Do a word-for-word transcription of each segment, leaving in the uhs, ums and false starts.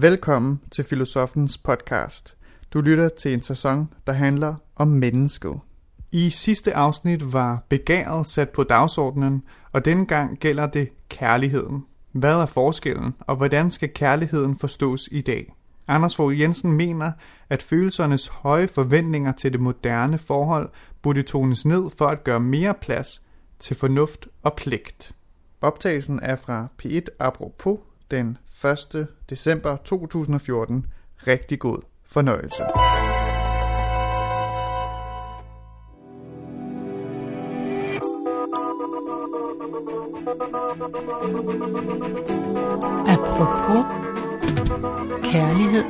Velkommen til Filosofens podcast. Du lytter til en sæson, der handler om mennesket. I sidste afsnit var begæret sat på dagsordenen, og denne gang gælder det kærligheden. Hvad er forskellen, og hvordan skal kærligheden forstås i dag? Anders Fogh Jensen mener, at følelsernes høje forventninger til det moderne forhold burde tones ned for at gøre mere plads til fornuft og pligt. Optagelsen er fra P et Apropos den første december to tusind og fjorten. Rigtig god fornøjelse. Apropos kærlighed.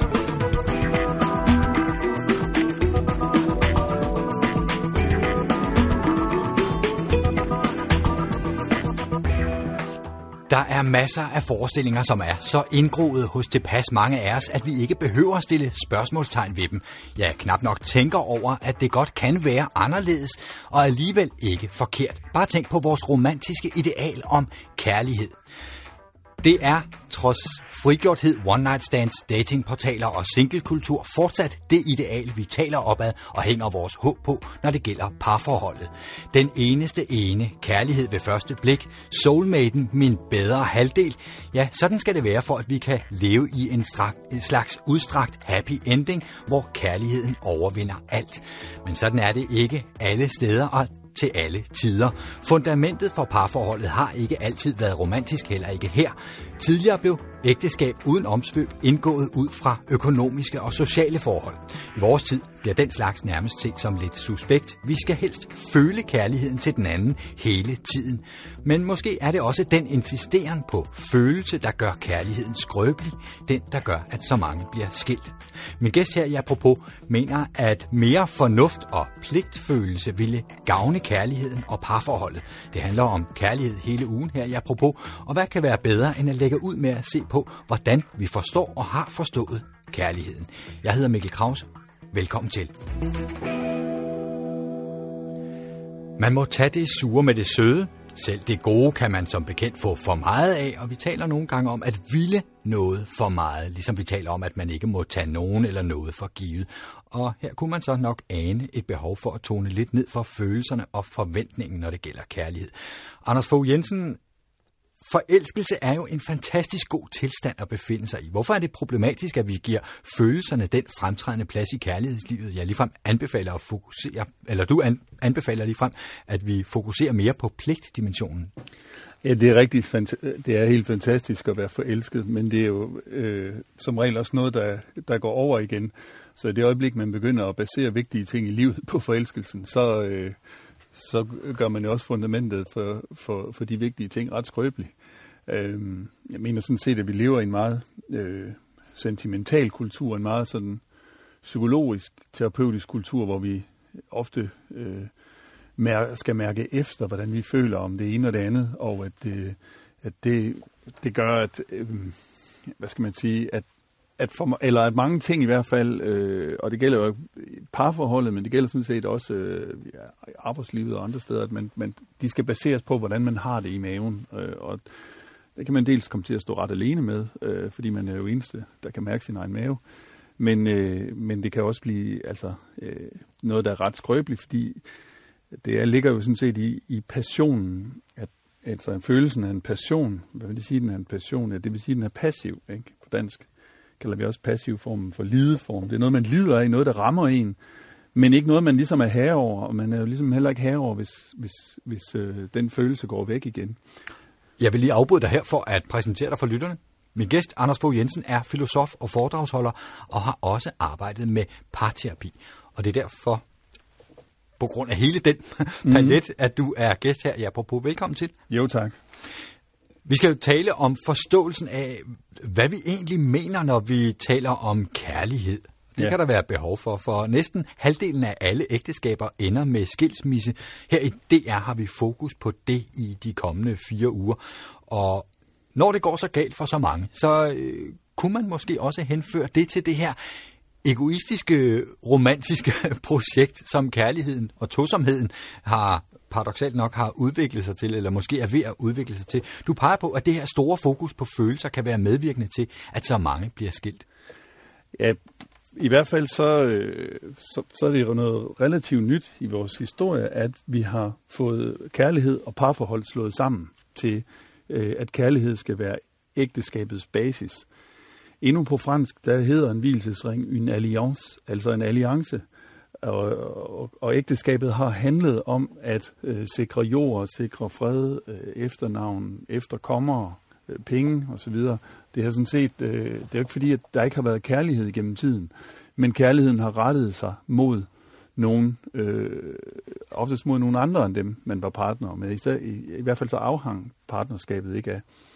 Der er masser af forestillinger, som er så indgroet hos tilpas mange af os, at vi ikke behøver at stille spørgsmålstegn ved dem. Jeg knap nok tænker over, at det godt kan være anderledes, og alligevel ikke forkert. Bare tænk på vores romantiske ideal om kærlighed. Det er, trods frigjorthed, one-night stands, datingportaler og singlekultur, fortsat det ideal, vi taler opad og hænger vores håb på, når det gælder parforholdet. Den eneste ene, kærlighed ved første blik, soulmaten, min bedre halvdel. Ja, sådan skal det være, for at vi kan leve i en, strak, en slags udstrakt happy ending, hvor kærligheden overvinder alt. Men sådan er det ikke alle steder, og til alle tider. Fundamentet for parforholdet har ikke altid været romantisk, heller ikke her. Tidligere blev ægteskab uden omsvøb indgået ud fra økonomiske og sociale forhold. I vores tid bliver den slags nærmest set som lidt suspekt. Vi skal helst føle kærligheden til den anden hele tiden. Men måske er det også den insisteren på følelse, der gør kærligheden skrøbelig. Den, der gør, at så mange bliver skilt. Min gæst her i Apropos mener, at mere fornuft og pligtfølelse ville gavne kærligheden og parforholdet. Det handler om kærlighed hele ugen her i Apropos, og hvad kan være bedre end at lægge ud med at se på, hvordan vi forstår og har forstået kærligheden. Jeg hedder Mikkel Krause. Velkommen til. Man må tage det sure med det søde. Selv det gode kan man som bekendt få for meget af, og vi taler nogle gange om at ville noget for meget, ligesom vi taler om, at man ikke må tage nogen eller noget for givet. Og her kunne man så nok ane et behov for at tone lidt ned for følelserne og forventningen, når det gælder kærlighed. Anders Fogh Jensen, forelskelse er jo en fantastisk god tilstand at befinde sig i. Hvorfor er det problematisk, at vi giver følelserne den fremtrædende plads i kærlighedslivet? Jeg ligefrem anbefaler at fokusere, eller du anbefaler ligefrem, at vi fokuserer mere på pligtdimensionen. Ja, det er rigtig det er helt fantastisk at være forelsket, men det er jo øh, som regel også noget, der, der går over igen. Så i det øjeblik, man begynder at basere vigtige ting i livet på forelskelsen, så øh, så gør man jo også fundamentet for, for, for de vigtige ting ret skrøbeligt. Øhm, jeg mener sådan set, at vi lever i en meget øh, sentimental kultur, en meget sådan psykologisk, terapeutisk kultur, hvor vi ofte øh, mær- skal mærke efter, hvordan vi føler om det ene og det andet, og at, øh, at det, det gør, at, øh, hvad skal man sige, at At for, eller at mange ting i hvert fald, øh, og det gælder jo parforholdet, men det gælder sådan set også øh, ja, arbejdslivet og andre steder, at man, man, de skal baseres på, hvordan man har det i maven. Øh, og det kan man dels komme til at stå ret alene med, øh, fordi man er jo eneste, der kan mærke sin egen mave. Men, øh, men det kan også blive altså, øh, noget, der er ret skrøbeligt, fordi det er, ligger jo sådan set i, i passionen, at altså følelsen af en passion, hvad vil det sige, den er en passion? Ja, det vil sige, den er passiv, ikke, på dansk. Kalder vi også passiv form for lideform. Det er noget, man lider af, noget, der rammer en, men ikke noget, man ligesom er herre over, og man er jo ligesom heller ikke herre over, hvis, hvis, hvis øh, den følelse går væk igen. Jeg vil lige afbryde dig her for at præsentere dig for lytterne. Min gæst, Anders Fogh Jensen, er filosof og foredragsholder, og har også arbejdet med parterapi. Og det er derfor, på grund af hele den palet, mm. at du er gæst her i Apropos. Velkommen til. Jo, tak. Vi skal jo tale om forståelsen af, hvad vi egentlig mener, når vi taler om kærlighed. Det ja. kan der være behov for, for næsten halvdelen af alle ægteskaber ender med skilsmisse. Her i D R har vi fokus på det i de kommende fire uger. Og når det går så galt for så mange, så øh, kunne man måske også henføre det til det her egoistiske, romantiske projekt, som kærligheden og tosomheden har paradoksalt nok har udviklet sig til, eller måske er ved at udvikle sig til. Du peger på, at det her store fokus på følelser kan være medvirkende til, at så mange bliver skilt. Ja, i hvert fald så, øh, så, så er det jo noget relativt nyt i vores historie, at vi har fået kærlighed og parforhold slået sammen til, øh, at kærlighed skal være ægteskabets basis. Endnu på fransk, der hedder en vielsesring en alliance, altså en alliance. Og, og, og ægteskabet har handlet om at øh, sikre jord, sikre fred, øh, efternavn, efterkommere, øh, penge osv. Det har sådan set, øh, det er jo ikke fordi, at der ikke har været kærlighed gennem tiden, men kærligheden har rettet sig mod nogen, øh, oftest mod nogen andre end dem, man var partner med. I, sted, i, i hvert fald så afhang partnerskabet ikke af,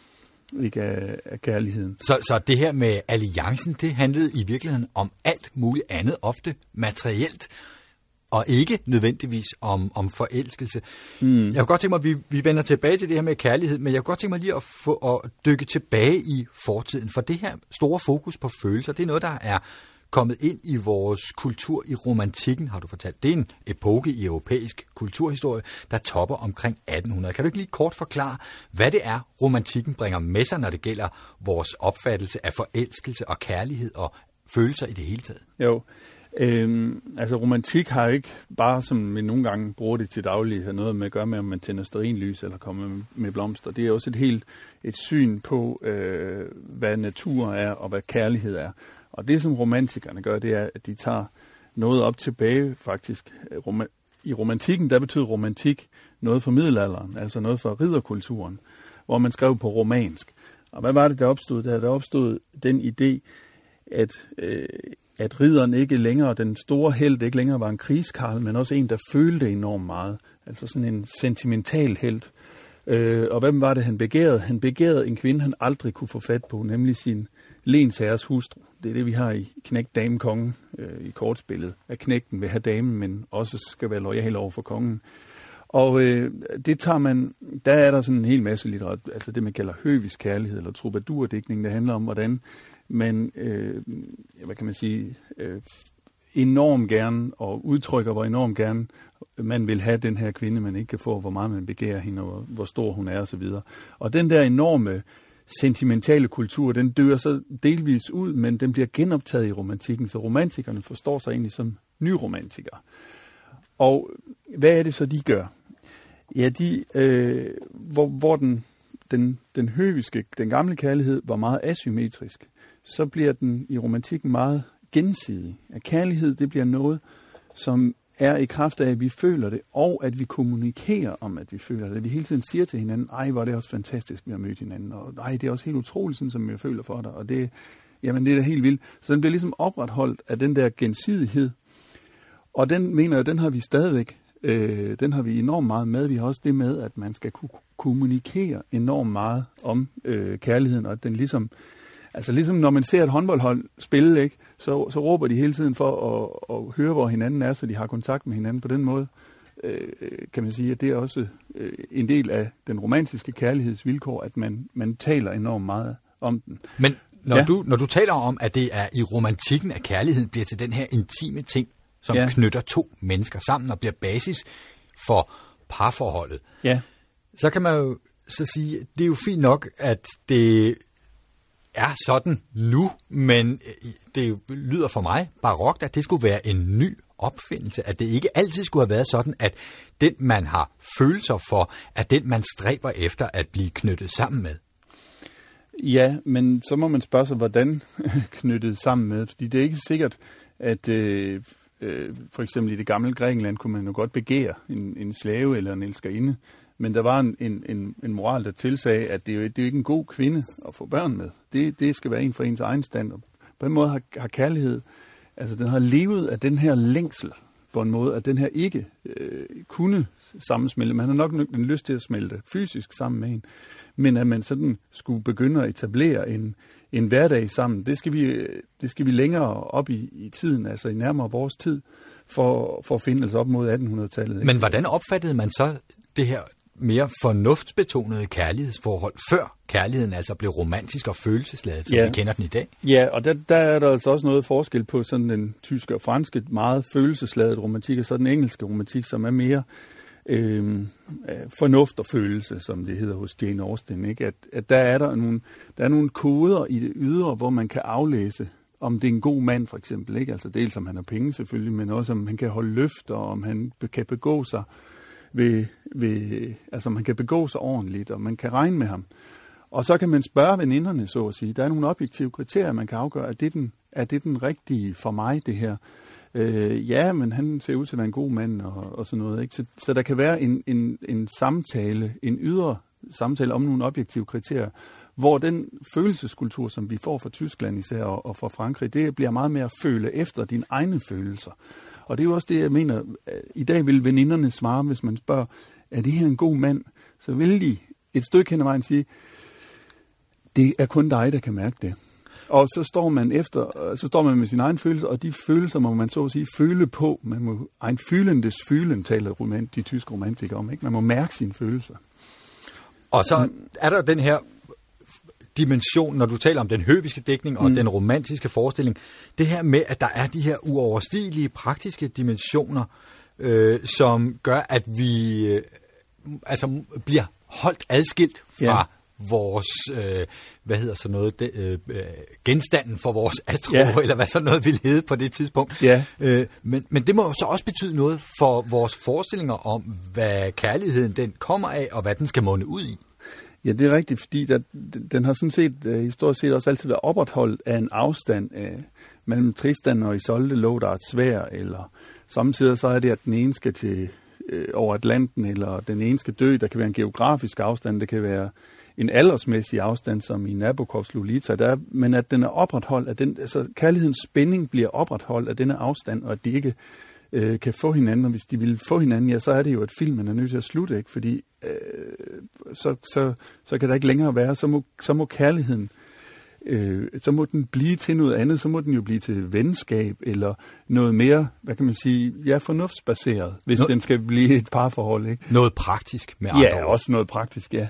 ikke af, af kærligheden. Så, så det her med alliancen, det handlede i virkeligheden om alt muligt andet, ofte materielt, og ikke nødvendigvis om, om forelskelse. Mm. Jeg kunne godt tænke mig, at vi, vi vender tilbage til det her med kærlighed, men jeg kunne godt tænke mig lige at, få, at dykke tilbage i fortiden, for det her store fokus på følelser, det er noget, der er kommet ind i vores kultur i romantikken, har du fortalt. Det er en epoke i europæisk kulturhistorie, der topper omkring atten hundrede. Kan du ikke lige kort forklare, hvad det er, romantikken bringer med sig, når det gælder vores opfattelse af forelskelse og kærlighed og følelser i det hele taget? Jo, øhm, altså romantik har jo ikke bare, som vi nogle gange bruger det til daglig, har noget med at gøre med, om man tænder stearinlys eller kommer med, med blomster. Det er også et helt et syn på, øh, hvad natur er og hvad kærlighed er. Og det, som romantikerne gør, det er, at de tager noget op tilbage, faktisk. I romantikken, der betyder romantik noget fra middelalderen, altså noget fra ridderkulturen, hvor man skrev på romansk. Og hvad var det, der opstod der? Der opstod den idé, at, øh, at ridderen ikke længere, den store helt ikke længere var en krigskarl, men også en, der følte enormt meget. Altså sådan en sentimental helt. Øh, og hvem var det, han begærede? Han begærede en kvinde, han aldrig kunne få fat på, nemlig sin lensherres hustru. Det er det, vi har i knægt dame kongen øh, i kortspillet. At knægten vil have damen, men også skal være loyal over for kongen. Og øh, det tager man, der er der sådan en hel masse litteratur, altså det man kalder høvisk kærlighed eller troubadourdækning, der handler om, hvordan man, øh, hvad kan man sige, øh, enormt gerne og udtrykker, hvor enormt gerne man vil have den her kvinde, man ikke kan få, hvor meget man begærer hende, og hvor stor hun er osv. Og den der enorme sentimentale kultur, den dør så delvis ud, men den bliver genoptaget i romantikken, så romantikerne forstår sig egentlig som nyromantikere. Og hvad er det så, de gør? Ja, de, øh, hvor, hvor den, den, den høviske, den gamle kærlighed var meget asymmetrisk, så bliver den i romantikken meget gensidig. At kærlighed, det bliver noget, som er i kraft af, at vi føler det, og at vi kommunikerer om, at vi føler det. At vi hele tiden siger til hinanden, ej, hvor er det også fantastisk, vi har mødt hinanden, og ej, det er også helt utroligt, sådan, som jeg føler for dig, og det, jamen, det er da helt vildt. Så den bliver ligesom opretholdt af den der gensidighed, og den mener jeg, den har vi stadigvæk, øh, den har vi enormt meget med. Vi har også det med, at man skal kunne kommunikere enormt meget om øh, kærligheden, og at den ligesom, altså ligesom når man ser et håndboldhold spille, ikke, så, så råber de hele tiden for at, at høre, hvor hinanden er, så de har kontakt med hinanden på den måde. Øh, kan man sige, at det er også øh, en del af den romantiske kærlighedsvilkår, at man, man taler enormt meget om den. Men når, ja. du, når du taler om, at det er i romantikken, at kærligheden bliver til den her intime ting, som ja. knytter to mennesker sammen og bliver basis for parforholdet, ja. så kan man jo så sige, at det er jo fint nok, at det er sådan nu, men det lyder for mig barokt, at det skulle være en ny opfindelse, at det ikke altid skulle have været sådan, at den, man har følelser for, er den, man stræber efter at blive knyttet sammen med. Ja, men så må man spørge sig, hvordan knyttet sammen med, fordi det er ikke sikkert, at øh, øh, for eksempel i det gamle Grækenland kunne man jo godt begære en, en slave eller en elskerinde, men der var en, en, en moral, der tilsagde, at det er jo, det er jo ikke en god kvinde at få børn med. Det, det skal være en for ens egen stand. Og på en måde har, har kærlighed, altså den har levet af den her længsel, på en måde, at den her ikke øh, kunne sammensmelte. Man har nok en lyst til at smelte fysisk sammen med en, men at man sådan skulle begynde at etablere en, en hverdag sammen, det skal vi, det skal vi længere op i, i tiden, altså i nærmere vores tid, for, for at finde os op mod attenhundredetallet. Ikke? Men hvordan opfattede man så det her mere fornuftsbetonede kærlighedsforhold, før kærligheden altså blev romantisk og følelsesladet, som ja. vi kender den i dag? Ja, og der, der er der altså også noget forskel på sådan den tyske og franske meget følelsesladet romantik, og så den engelske romantik, som er mere øh, fornuft og følelse, som det hedder hos Jane Austen, ikke? At, at der er der nogle, der er nogle koder i det ydre, hvor man kan aflæse, om det er en god mand for eksempel, ikke? Altså dels om han har penge selvfølgelig, men også om han kan holde løfter, om han kan begå sig ved, ved, altså man kan begå sig ordentligt, og man kan regne med ham. Og så kan man spørge veninderne, så at sige. Der er nogle objektive kriterier, man kan afgøre, at det er den, er det den rigtige for mig, det her. Øh, ja, men han ser ud til at være en god mand, og, og sådan noget, ikke? Så, så der kan være en, en, en samtale, en ydre samtale om nogle objektive kriterier, hvor den følelseskultur, som vi får fra Tyskland især og, og fra Frankrig, det bliver meget mere at føle efter dine egne følelser. Og det er jo også det, jeg mener. I dag vil veninderne svare, hvis man spørger, er det her en god mand? Så vil de et stykke hen ad vejen sige, det er kun dig, der kan mærke det. Og så står man efter, så står man med sine egne følelser, og de følelser må man så at sige føle på. Man må ein fühlendes Fühlen, taler romant, de tyske romantikere om, ikke? Man må mærke sine følelser. Og så er der den her dimension, når du taler om den høviske dækning og mm. den romantiske forestilling, det her med, at der er de her uoverstigelige praktiske dimensioner, øh, som gør, at vi øh, altså bliver holdt adskilt fra ja. vores, øh, hvad hedder så noget, det, øh, genstanden for vores atro, ja. eller hvad så noget ville hedde på det tidspunkt. Ja. Øh, men, men det må så også betyde noget for vores forestillinger om, hvad kærligheden den kommer af, og hvad den skal munde ud i. Ja, det er rigtigt, fordi der, den har sådan set, historisk set også altid været opretholdt af en afstand af, mellem Tristan og Isolde lå der et sværd, eller samtidig så er det, at den ene skal til øh, over Atlanten, eller den ene skal dø. Der kan være en geografisk afstand, det kan være en aldersmæssig afstand, som i Nabokovs Lolita, der, men at den er opretholdt, at den, altså kærlighedens spænding bliver opretholdt af denne afstand, og at de ikke øh, kan få hinanden, og hvis de vil få hinanden, ja, så er det jo, at filmen er nødt til at slutte, ikke? Fordi øh, så, så, så kan der ikke længere være, så må, så må kærligheden, øh, så må den blive til noget andet, så må den jo blive til venskab, eller noget mere, hvad kan man sige, ja, fornuftsbaseret, hvis Nå- den skal blive et parforhold, ikke? Noget praktisk med andre Ja, ord. også noget praktisk, ja.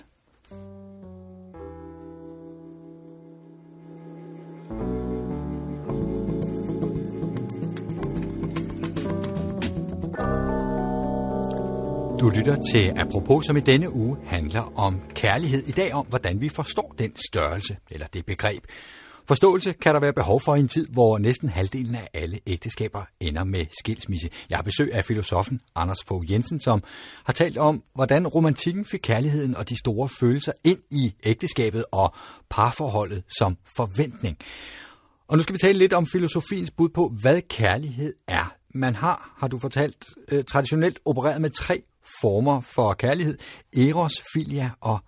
Du lytter til Apropos, som i denne uge handler om kærlighed. I dag om, hvordan vi forstår den størrelse, eller det begreb. Forståelse kan der være behov for i en tid, hvor næsten halvdelen af alle ægteskaber ender med skilsmisse. Jeg har besøg af filosofen Anders Fogh Jensen, som har talt om, hvordan romantikken fik kærligheden og de store følelser ind i ægteskabet og parforholdet som forventning. Og nu skal vi tale lidt om filosofiens bud på, hvad kærlighed er. Man har, har du fortalt, øh, traditionelt opereret med tre former for kærlighed. Eros, Philia og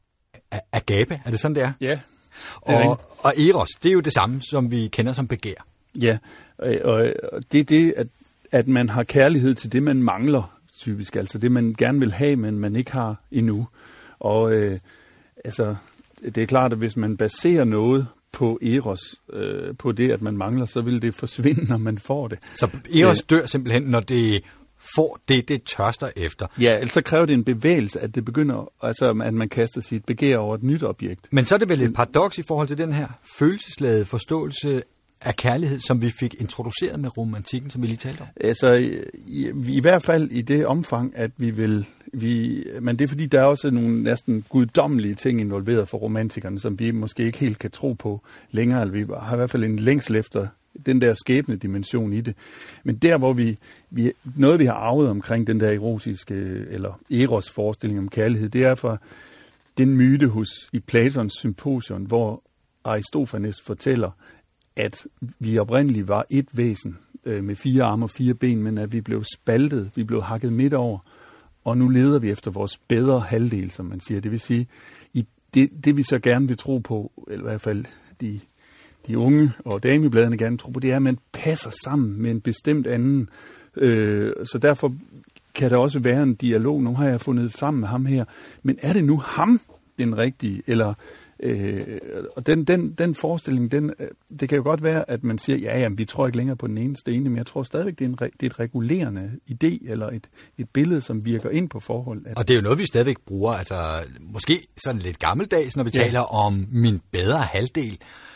Agape. Er det sådan, det er? Ja. Det er og, og Eros, det er jo det samme, som vi kender som begær. Ja, og, og det er det, at, at man har kærlighed til det, man mangler, typisk. Altså det, man gerne vil have, men man ikke har endnu. Og øh, altså, det er klart, at hvis man baserer noget på Eros, øh, på det, at man mangler, så vil det forsvinde, når man får det. Så Eros dør simpelthen, når det får det, det tørster efter. Ja, altså kræver det en bevægelse, at det begynder, altså at man kaster sit begær over et nyt objekt. Men så er det vel et paradoks i forhold til den her følelsesladede forståelse af kærlighed, som vi fik introduceret med romantikken, som vi lige talte om? Altså, i, i hvert fald i det omfang, at vi vil... Vi, men det er fordi, der er også nogle næsten guddommelige ting involveret for romantikerne, som vi måske ikke helt kan tro på længere. Eller vi har i hvert fald en længsel efter den der skæbne dimension i det. Men der, hvor vi, vi noget vi har arvet omkring den der erotiske, eller eros forestilling om kærlighed, det er fra den myte hos i Platons Symposion, hvor Aristofanes fortæller, at vi oprindeligt var et væsen øh, med fire arme og fire ben, men at vi blev spaltet, vi blev hakket midt over, og nu leder vi efter vores bedre halvdel, som man siger. Det vil sige, i det, det vi så gerne vil tro på, eller i hvert fald de, de unge og damebladene gerne vil tro på, det er, at man passer sammen med en bestemt anden. Øh, så derfor kan der også være en dialog. Nu har jeg fundet sammen med ham her, men er det nu ham, den rigtige, eller... Øh, og den, den, den forestilling, den, det kan jo godt være, at man siger, ja, jamen, vi tror ikke længere på den eneste ene, men jeg tror stadigvæk, det er, en, det er et regulerende idé, eller et, et billede, som virker ind på forhold. Og det er jo noget, vi stadigvæk bruger, altså måske sådan lidt gammeldags, når vi ja. taler om min bedre halvdel.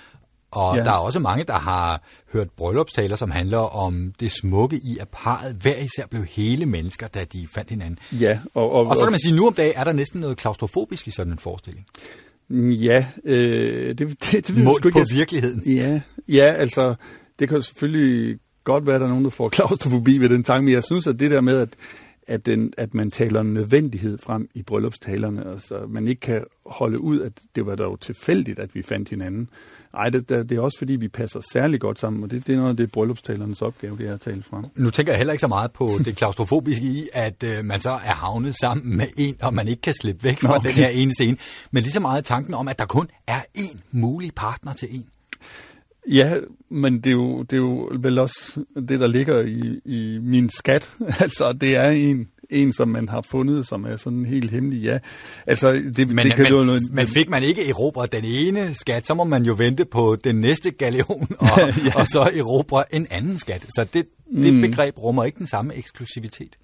Og Ja. der er også mange, der har hørt bryllupstaler, som handler om det smukke i, at parret hver især blev hele mennesker, da de fandt hinanden. Ja, og, og, Og så kan man sige, at nu om dagen er der næsten noget klaustrofobisk i sådan en forestilling. Ja, øh, det, det, det ved jeg Målt sgu på ikke. virkeligheden. Ja, ja, altså, det kan selvfølgelig godt være, at der er nogen, der får klaustrofobi ved den tanke, men jeg synes, at det der med, at, at, den, at man taler nødvendighed frem i bryllupstalerne, altså man ikke kan holde ud, at det var dog tilfældigt, at vi fandt hinanden. Nej, det, det er også fordi, vi passer særlig godt sammen, og det, det er noget af det bryllupstalernes opgave, det er at tale frem. Nu tænker jeg heller ikke så meget på det klaustrofobiske i, at øh, man så er havnet sammen med en, og man ikke kan slippe væk fra Okay. den her eneste en. Men lige så meget tanken om, at der kun er én mulig partner til en. Ja, men det er jo, det er jo vel også det, der ligger i, i min skat. Altså, det er en, en, som man har fundet, som er sådan helt hemmelig, ja. Altså, det, Men, det kan men, jo noget... men fik man ikke erobret den ene skat, så må man jo vente på den næste galeon, og, ja. og så erobre en anden skat. Så det, det Mm. begreb rummer ikke den samme eksklusivitet.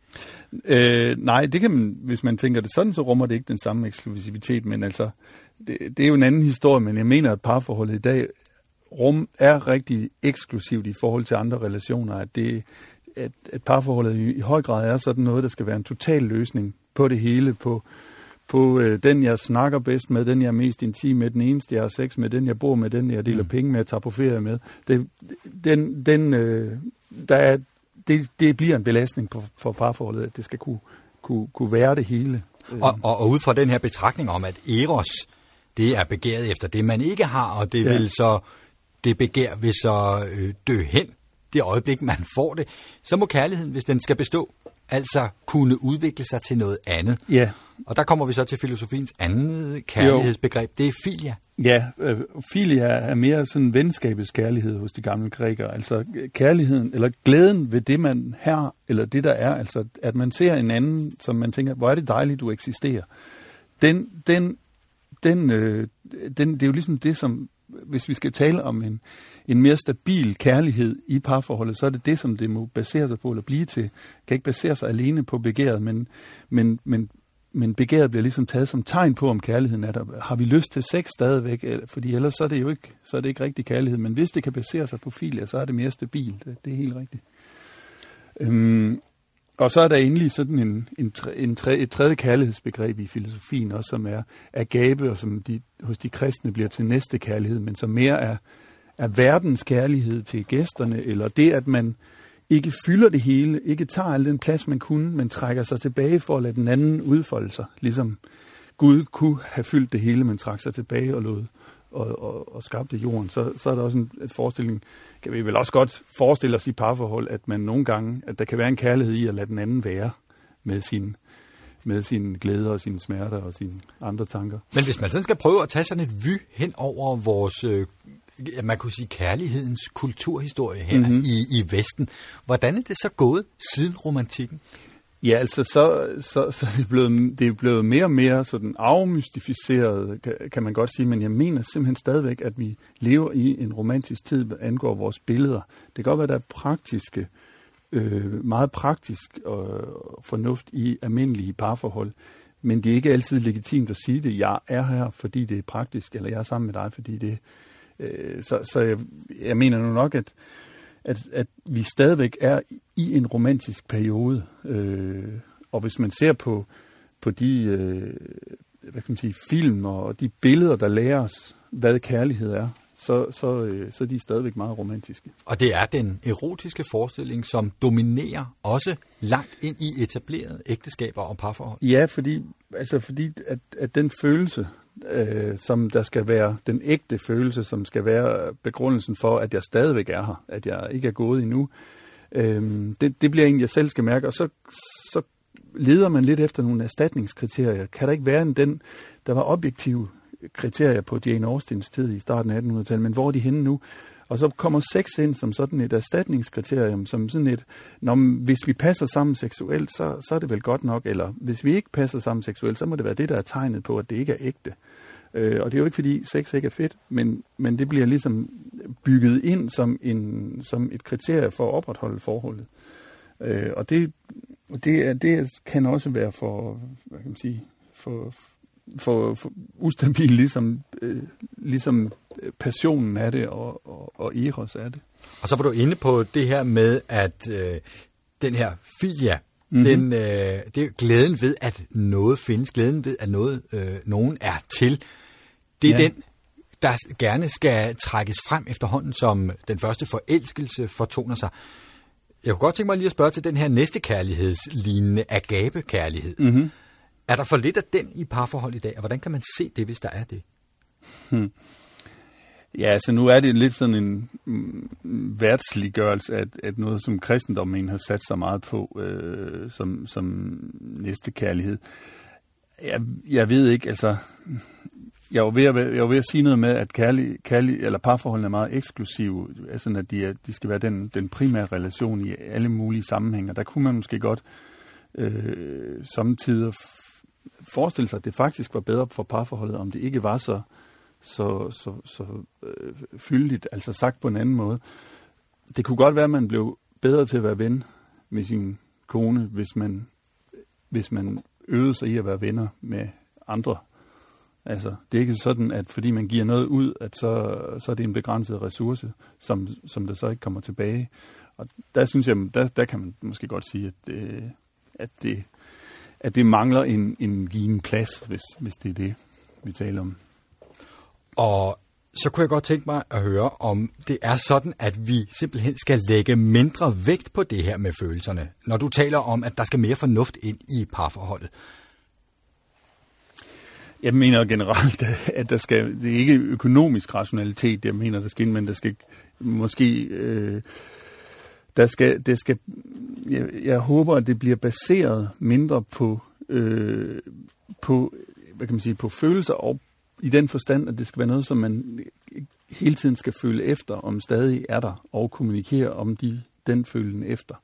Øh, nej, det kan man, hvis man tænker det sådan, så rummer det ikke den samme eksklusivitet, men altså, det, det er jo en anden historie, men jeg mener, at parforholdet i dag rum er rigtig eksklusivt i forhold til andre relationer, at, det, at, at parforholdet i, i høj grad er sådan noget, der skal være en total løsning på det hele, på, på øh, den, jeg snakker bedst med, den, jeg er mest intim med, den eneste, jeg har sex med, den, jeg bor med, den, jeg deler mm. penge med, jeg tager på ferie med. Det, den, den, øh, der er, det, det bliver en belastning på, for parforholdet, at det skal kunne, kunne, kunne være det hele. Og, og, og ud fra den her betragtning om, at eros, det er begæret efter det, man ikke har, og det Ja. vil så, det begær vil så øh, dø hen, det øjeblik, man får det, så må kærligheden, hvis den skal bestå, altså kunne udvikle sig til noget andet. Ja, Og der kommer vi så til filosofiens andet kærlighedsbegreb, det er filia. ja øh, filia er mere sådan venskabets kærlighed hos de gamle grækere. Altså kærligheden, eller glæden ved det, man har, eller det, der er. Altså at man ser en anden, som man tænker, hvor er det dejligt, du eksisterer. Den, den, den, øh, den, det er jo ligesom det, som, hvis vi skal tale om en, en mere stabil kærlighed i parforholdet, så er det det, som det må basere sig på, eller blive til. Det kan ikke basere sig alene på begæret, men, men, men Men begæret bliver ligesom taget som tegn på, om kærligheden er der. Har vi lyst til sex stadigvæk? Fordi ellers så er det jo ikke, så er det ikke rigtig kærlighed. Men hvis det kan basere sig på filia, så er det mere stabilt. Det, det er helt rigtigt. Øhm, og så er der endelig sådan en, en, en tre, et tredje kærlighedsbegreb i filosofien, også som er agape, og som de, hos de kristne bliver til næste kærlighed, men som mere er, er verdens kærlighed til gæsterne, eller det, at man ikke fylder det hele, ikke tager al den plads, man kunne, men trækker sig tilbage for at lade den anden udfolde sig. Ligesom Gud kunne have fyldt det hele, men trak sig tilbage og lod og, og, og skabte jorden. Så, så er der også en et forestilling, kan vi vel også godt forestille os i parforhold, at man nogle gange, at der kan være en kærlighed i at lade den anden være med sin med sine glæder og sine smerter og sine andre tanker. Men hvis man sådan skal prøve at tage sådan et vy hen over vores, øh, man kunne sige, kærlighedens kulturhistorie her mm-hmm. i, i Vesten, hvordan er det så gået siden romantikken? Ja, altså så, så, så er det, blevet, det er blevet mere og mere sådan afmystificeret, kan, kan man godt sige, men jeg mener simpelthen stadigvæk, at vi lever i en romantisk tid, hvad angår vores billeder. Det kan godt være, at der er praktiske, øh, meget praktisk og fornuft i almindelige parforhold, men det er ikke altid legitimt at sige det. Jeg er her, fordi det er praktisk, eller jeg er sammen med dig, fordi det øh, så, så jeg, jeg mener nu nok, at At, at vi stadigvæk er i en romantisk periode. Øh, og hvis man ser på, på de øh, hvad kan man sige, film og de billeder, der lærer os, hvad kærlighed er, så, så, øh, så er de stadigvæk meget romantiske. Og det er den erotiske forestilling, som dominerer også langt ind i etablerede ægteskaber og parforhold. Ja, fordi, altså fordi at, at den følelse, øh, som der skal være, den ægte følelse, som skal være begrundelsen for, at jeg stadigvæk er her, at jeg ikke er gået endnu, øh, det, det bliver en, jeg selv skal mærke, og så, så leder man lidt efter nogle erstatningskriterier. Kan der ikke være en den, der var objektive kriterier på Jane Austens tid i starten af attenhundredetallet, men hvor er de henne nu? Og så kommer sex ind som sådan et erstatningskriterium, som sådan et, når, hvis vi passer sammen seksuelt, så, så er det vel godt nok, eller hvis vi ikke passer sammen seksuelt, så må det være det, der er tegnet på, at det ikke er ægte. Øh, og det er jo ikke, fordi sex ikke er fedt, men, men det bliver ligesom bygget ind som, en, som et kriterie for at opretholde forholdet. Øh, og det, det, er, det kan også være for, hvad kan man sige, for for, for ustabil, ligesom, øh, ligesom passionen er det, og, og, og eros er det. Og så var du inde på det her med, at øh, den her filia, mm-hmm. den, øh, det er glæden ved, at noget findes, glæden ved, at noget, øh, nogen er til. Det er ja. den, der gerne skal trækkes frem efterhånden, som den første forelskelse fortoner sig. Jeg kunne godt tænke mig lige at spørge til den her næste kærlighedslignende agape-kærlighed. Mm-hmm. Er der for lidt af den i parforhold i dag, og hvordan kan man se det, hvis der er det? Hmm. Ja, altså nu er det lidt sådan en mm, værtsliggørelse af, at noget, som kristendommen har sat sig meget på, øh, som, som næste kærlighed. Jeg, jeg ved ikke, altså... Jeg var, ved at, jeg var ved at sige noget med, at kærlig, kærlig, eller parforholdene er meget eksklusive, altså at de, er, de skal være den, den primære relation i alle mulige sammenhænge. Der kunne man måske godt øh, samtidig forestille sig, at det faktisk var bedre for parforholdet, om det ikke var så, så, så, så øh, fyldigt, altså sagt på en anden måde. Det kunne godt være, at man blev bedre til at være ven med sin kone, hvis man, hvis man øvede sig i at være venner med andre. Altså, det er ikke sådan, at fordi man giver noget ud, at så, så er det en begrænset ressource, som, som der så ikke kommer tilbage. Og der synes jeg, der, der kan man måske godt sige, at det, at det, at det mangler en, en given plads, hvis, hvis det er det, vi taler om. Og så kunne jeg godt tænke mig at høre, om det er sådan, at vi simpelthen skal lægge mindre vægt på det her med følelserne, når du taler om, at der skal mere fornuft ind i parforholdet. Jeg mener generelt, at der skal, det er ikke økonomisk rationalitet, jeg mener, der skal ind, men der skal måske, øh, der skal, det skal, jeg, jeg håber, at det bliver baseret mindre på, øh, på, hvad kan man sige, på følelser, og i den forstand, at det skal være noget, som man hele tiden skal føle efter, om stadig er der, og kommunikere om de, den følelsen efter.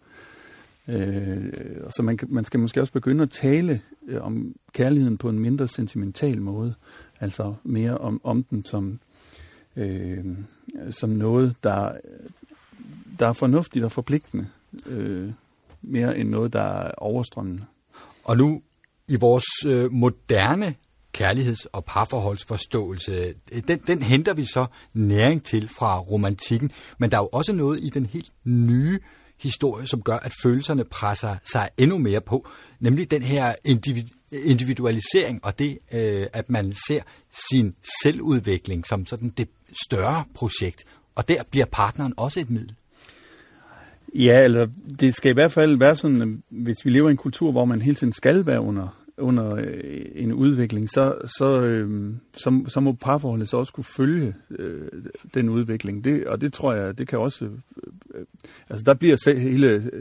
Øh, så man, man skal måske også begynde at tale øh, om kærligheden på en mindre sentimental måde, altså mere om, om den som, øh, som noget, der, der er fornuftigt og forpligtende, øh, mere end noget, der er overstrømmende. Og nu i vores øh, moderne kærligheds- og parforholdsforståelse, den, den henter vi så næring til fra romantikken, men der er jo også noget i den helt nye historie, som gør, at følelserne presser sig endnu mere på, nemlig den her individualisering, og det, øh, at man ser sin selvudvikling som sådan det større projekt, og der bliver partneren også et middel. Ja, eller det skal i hvert fald være sådan, hvis vi lever i en kultur, hvor man hele tiden skal være under, under en udvikling, så, så, øh, så, så må parforholdet så også kunne følge øh, den udvikling. Det, og det tror jeg, det kan også... Øh, altså der bliver selv, hele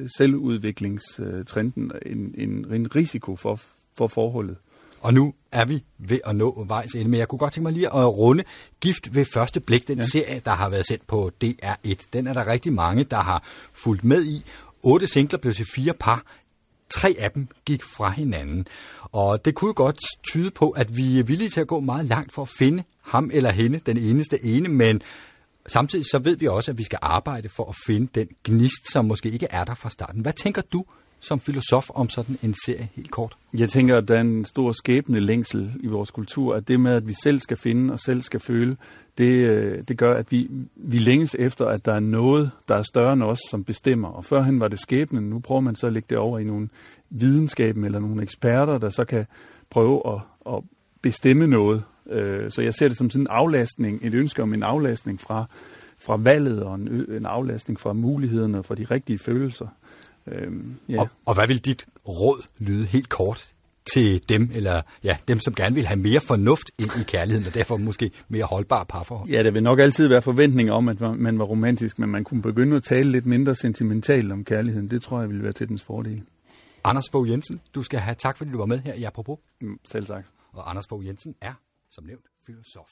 selvudviklingstrenden en, en, en risiko for, for forholdet. Og nu er vi ved at nå vejs ende, men jeg kunne godt tænke mig lige at runde Gift ved første blik, den ja. serie, der har været sendt på D R et. Den er der rigtig mange, der har fulgt med i. Otte singler blev til fire par. Tre af dem gik fra hinanden. Og det kunne godt tyde på, at vi er villige til at gå meget langt for at finde ham eller hende, den eneste ene, men samtidig så ved vi også, at vi skal arbejde for at finde den gnist, som måske ikke er der fra starten. Hvad tænker du som filosof om sådan en serie helt kort? Jeg tænker, at der er en stor skæbne længsel i vores kultur, at det med, at vi selv skal finde og selv skal føle, det, det gør, at vi, vi længes efter, at der er noget, der er større end os, som bestemmer. Og førhen var det skæbnen, nu prøver man så at lægge det over i nogle videnskaben eller nogle eksperter, der så kan prøve at, at bestemme noget. Så jeg ser det som sådan en aflastning, et ønske om en aflastning fra, fra valget og en, en aflastning fra mulighederne og fra de rigtige følelser. Øhm, ja. og, og hvad vil dit råd lyde helt kort til dem, eller ja, dem, som gerne vil have mere fornuft ind i kærligheden, og derfor måske mere holdbare parforhold? Ja, der vil nok altid være forventninger om, at man var romantisk, men man kunne begynde at tale lidt mindre sentimentalt om kærligheden. Det tror jeg ville være til dens fordel. Anders Fogh Jensen, du skal have tak, fordi du var med her i Apropos. Mm, selv tak. Og Anders Fogh Jensen er, som nævnt, filosof.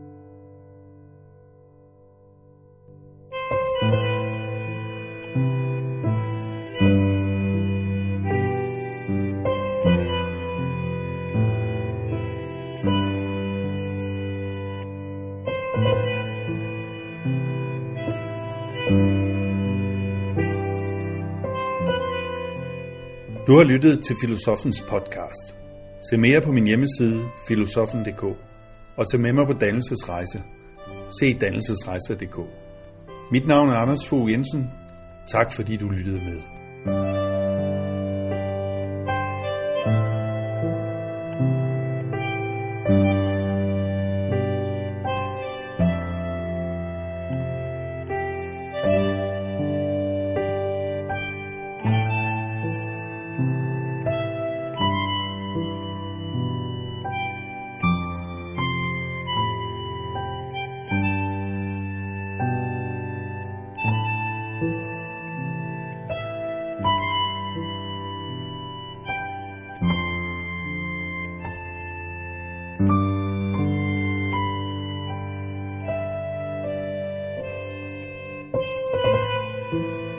Thank you. Du har lyttet til Filosofens podcast. Se mere på min hjemmeside filosofen punktum d k og tag med mig på dannelsesrejse. Se dannelsesrejser punktum d k. Mit navn er Anders Fogh Jensen. Tak fordi du lyttede med. Thank you.